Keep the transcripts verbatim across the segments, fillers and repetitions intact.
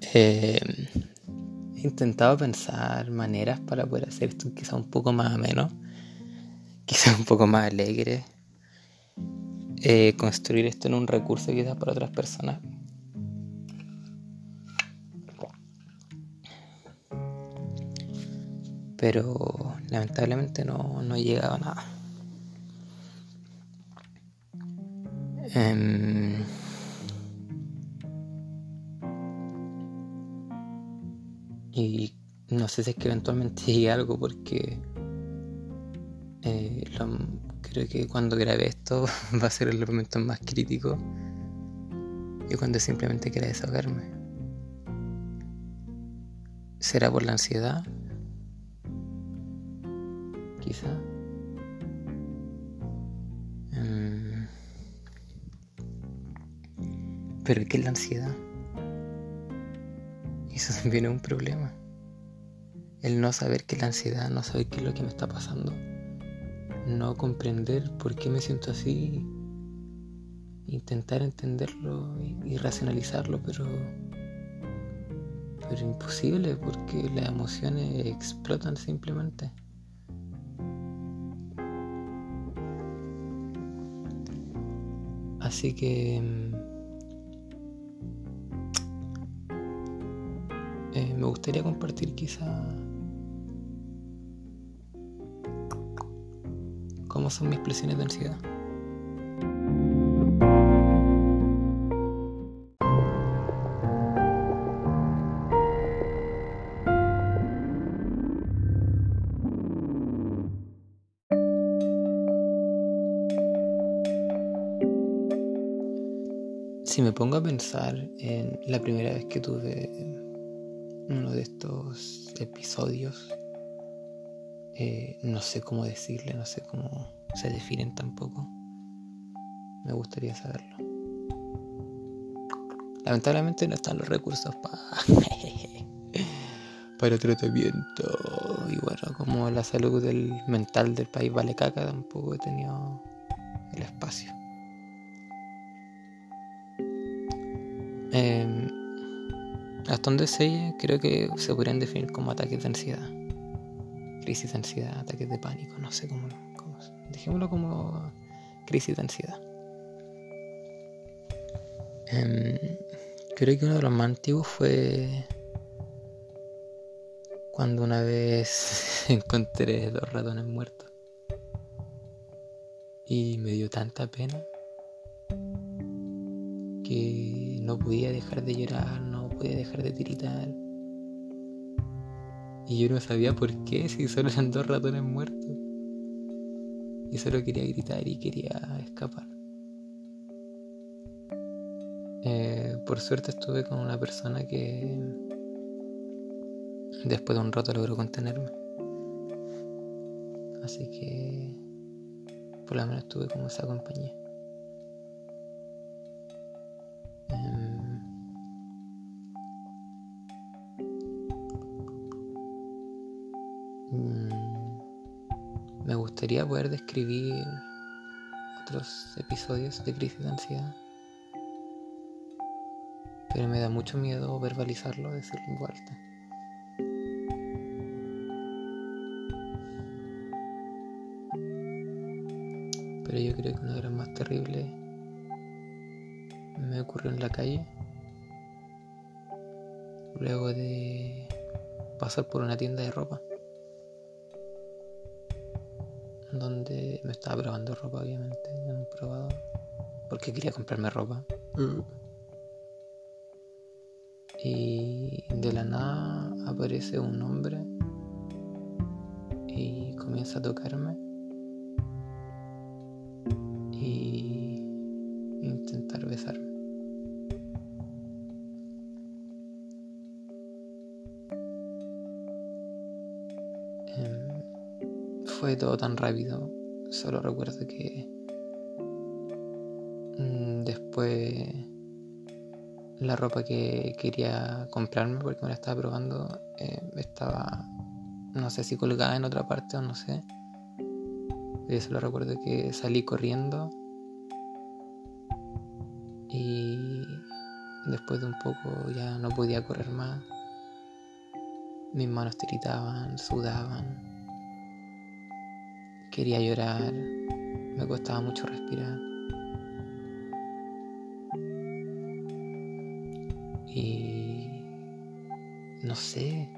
Eh, he intentado pensar maneras para poder hacer esto quizá un poco más ameno, quizá un poco más alegre, eh, construir esto en un recurso quizás para otras personas. Pero lamentablemente no, no he llegado a nada. Eh, y no sé si es que eventualmente llegue a algo porque eh, lo, creo que cuando grabe esto va a ser el momento más crítico y cuando simplemente quiera desahogarme. ¿Será por la ansiedad? Quizá. Um, ¿Pero qué es la ansiedad? Y eso también es un problema. El no saber qué es la ansiedad, no saber qué es lo que me está pasando, no comprender por qué me siento así, intentar entenderlo y, y racionalizarlo, pero pero imposible porque las emociones explotan simplemente. Así que eh, me gustaría compartir quizá cómo son mis presiones de ansiedad. Si me pongo a pensar en la primera vez que tuve uno de estos episodios, eh, no sé cómo decirle, no sé cómo se definen tampoco. Me gustaría saberlo. Lamentablemente no están los recursos para para tratamiento. Y bueno, como la salud del mental del país vale caca, tampoco he tenido el espacio. Eh, hasta donde sé, creo que se podrían definir como ataques de ansiedad, crisis de ansiedad, ataques de pánico, no sé cómo, cómo dejémoslo como crisis de ansiedad. Eh, creo que uno de los más antiguos fue cuando una vez encontré dos ratones muertos y me dio tanta pena que no podía dejar de llorar, no podía dejar de tiritar. Y yo no sabía por qué, si solo eran dos ratones muertos. Y solo quería gritar y quería escapar. Eh, por suerte estuve con una persona que después de un rato logró contenerme. Así que por lo menos tuve como esa compañía. Um, me gustaría poder describir otros episodios de crisis de ansiedad, pero me da mucho miedo verbalizarlo, decirlo en voz alta. Pero yo creo que una de las más terribles me ocurrió en la calle, luego de pasar por una tienda de ropa, donde me estaba probando ropa, obviamente, en un probador, porque quería comprarme ropa. Mm. Y de la nada aparece un hombre y comienza a tocarme y intentar besarme. Eh, fue todo tan rápido, solo recuerdo que mmm, después la ropa que quería comprarme porque me la estaba probando eh, estaba, no sé si colgada en otra parte o no sé. Yo solo recuerdo que salí corriendo y Después de un poco ya no podía correr más. Mis manos tiritaban, sudaban. Quería llorar. Me costaba mucho respirar. Y no sé,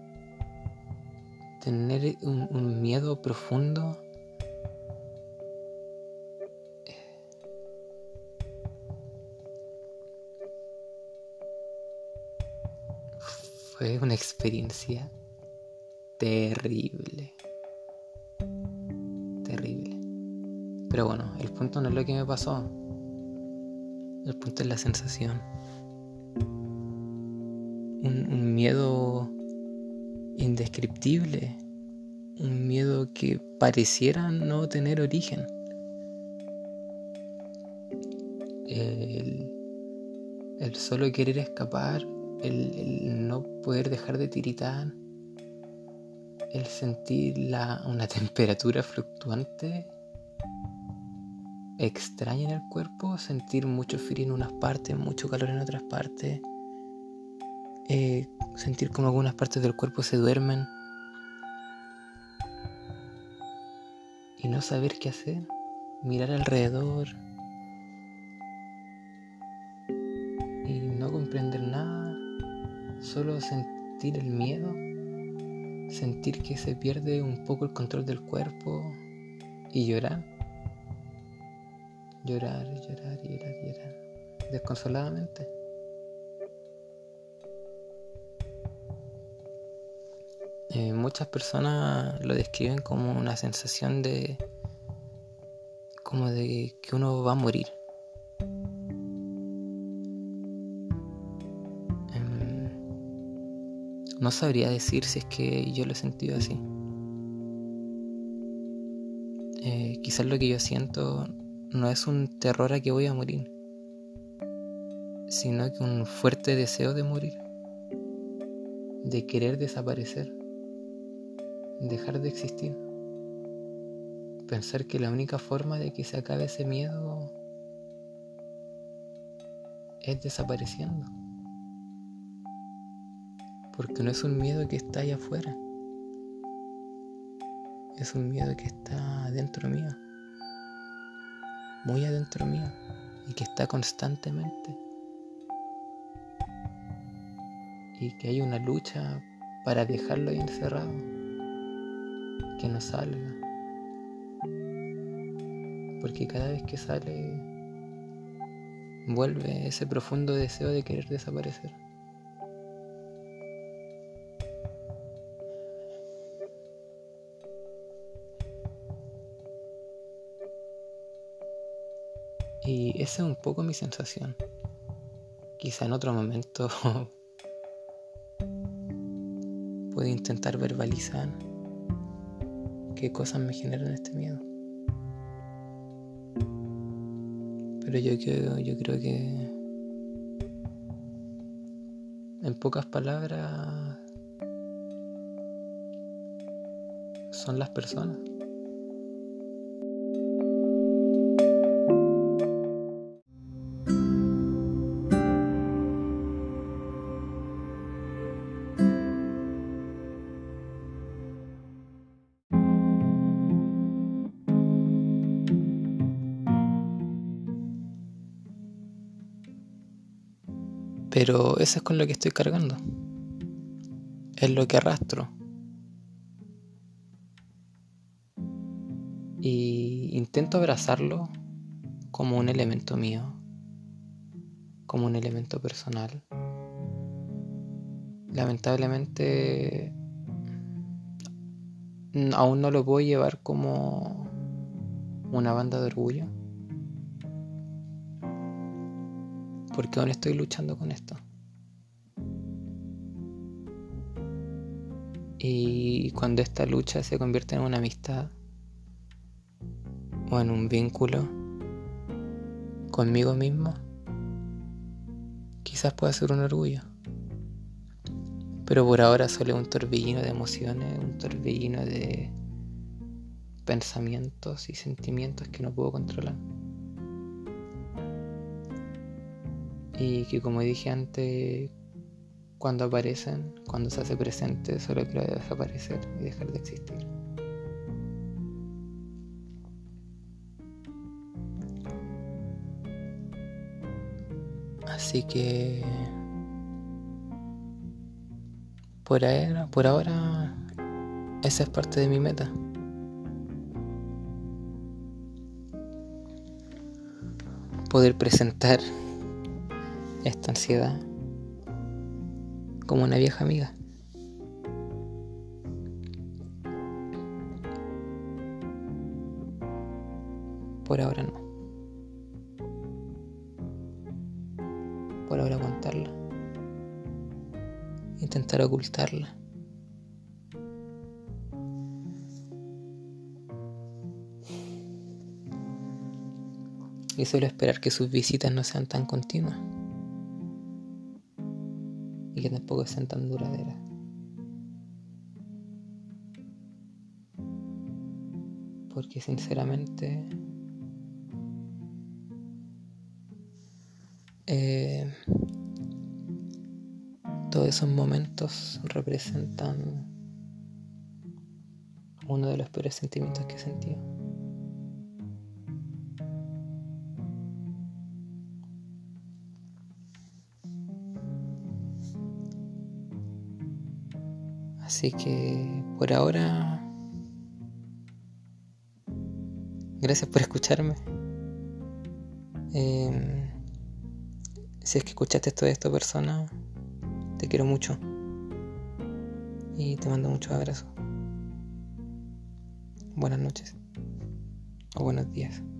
tener un, un miedo profundo fue una experiencia terrible, terrible. Pero bueno, el punto no es lo que me pasó, el punto es la sensación. Un, un miedo indescriptible, un miedo que pareciera no tener origen. El, el solo querer escapar, el, el no poder dejar de tiritar, el sentir la, una temperatura fluctuante extraña en el cuerpo, sentir mucho frío en unas partes, mucho calor en otras partes, eh, sentir como algunas partes del cuerpo se duermen y no saber qué hacer, mirar alrededor y no comprender nada, solo sentir el miedo, sentir que se pierde un poco el control del cuerpo y llorar, llorar, llorar, llorar, llorar, desconsoladamente. Eh, muchas personas lo describen como una sensación de como de que uno va a morir. Eh, no sabría decir si es que yo lo he sentido así. Eh, quizás lo que yo siento no es un terror a que voy a morir, sino que un fuerte deseo de morir, de querer desaparecer, dejar de existir. Pensar que la única forma de que se acabe ese miedo es desapareciendo. Porque no es un miedo que está allá afuera. Es un miedo que está adentro mío. Muy adentro mío. Y que está constantemente. Y que hay una lucha para dejarlo ahí encerrado. Que no salga. Porque cada vez que sale, vuelve ese profundo deseo de querer desaparecer. Y esa es un poco mi sensación. Quizá en otro momento puedo intentar verbalizar qué cosas me generan este miedo. Pero yo creo, yo creo que en pocas palabras son las personas. Pero eso es con lo que estoy cargando. Es lo que arrastro. Y intento abrazarlo como un elemento mío, como un elemento personal. Lamentablemente aún no lo puedo llevar como una banda de orgullo, porque aún estoy luchando con esto. Y cuando esta lucha se convierte en una amistad o en un vínculo conmigo mismo, quizás pueda ser un orgullo. Pero por ahora solo es un torbellino de emociones, un torbellino de pensamientos y sentimientos que no puedo controlar. y que, como dije antes, cuando aparecen, cuando se hace presente, solo quiero desaparecer y dejar de existir. Así que por ahora, por ahora esa es parte de mi meta. Poder presentar esta ansiedad como una vieja amiga. Por ahora no. Por ahora aguantarla. Intentar ocultarla. Y solo esperar que sus visitas no sean tan continuas. Y que tampoco sean tan duraderas. Porque sinceramente eh, todos esos momentos representan uno de los peores sentimientos que he sentido. Así que por ahora, gracias por escucharme. Eh, si es que escuchaste esto de esta persona, te quiero mucho y te mando muchos abrazos. Buenas noches o buenos días.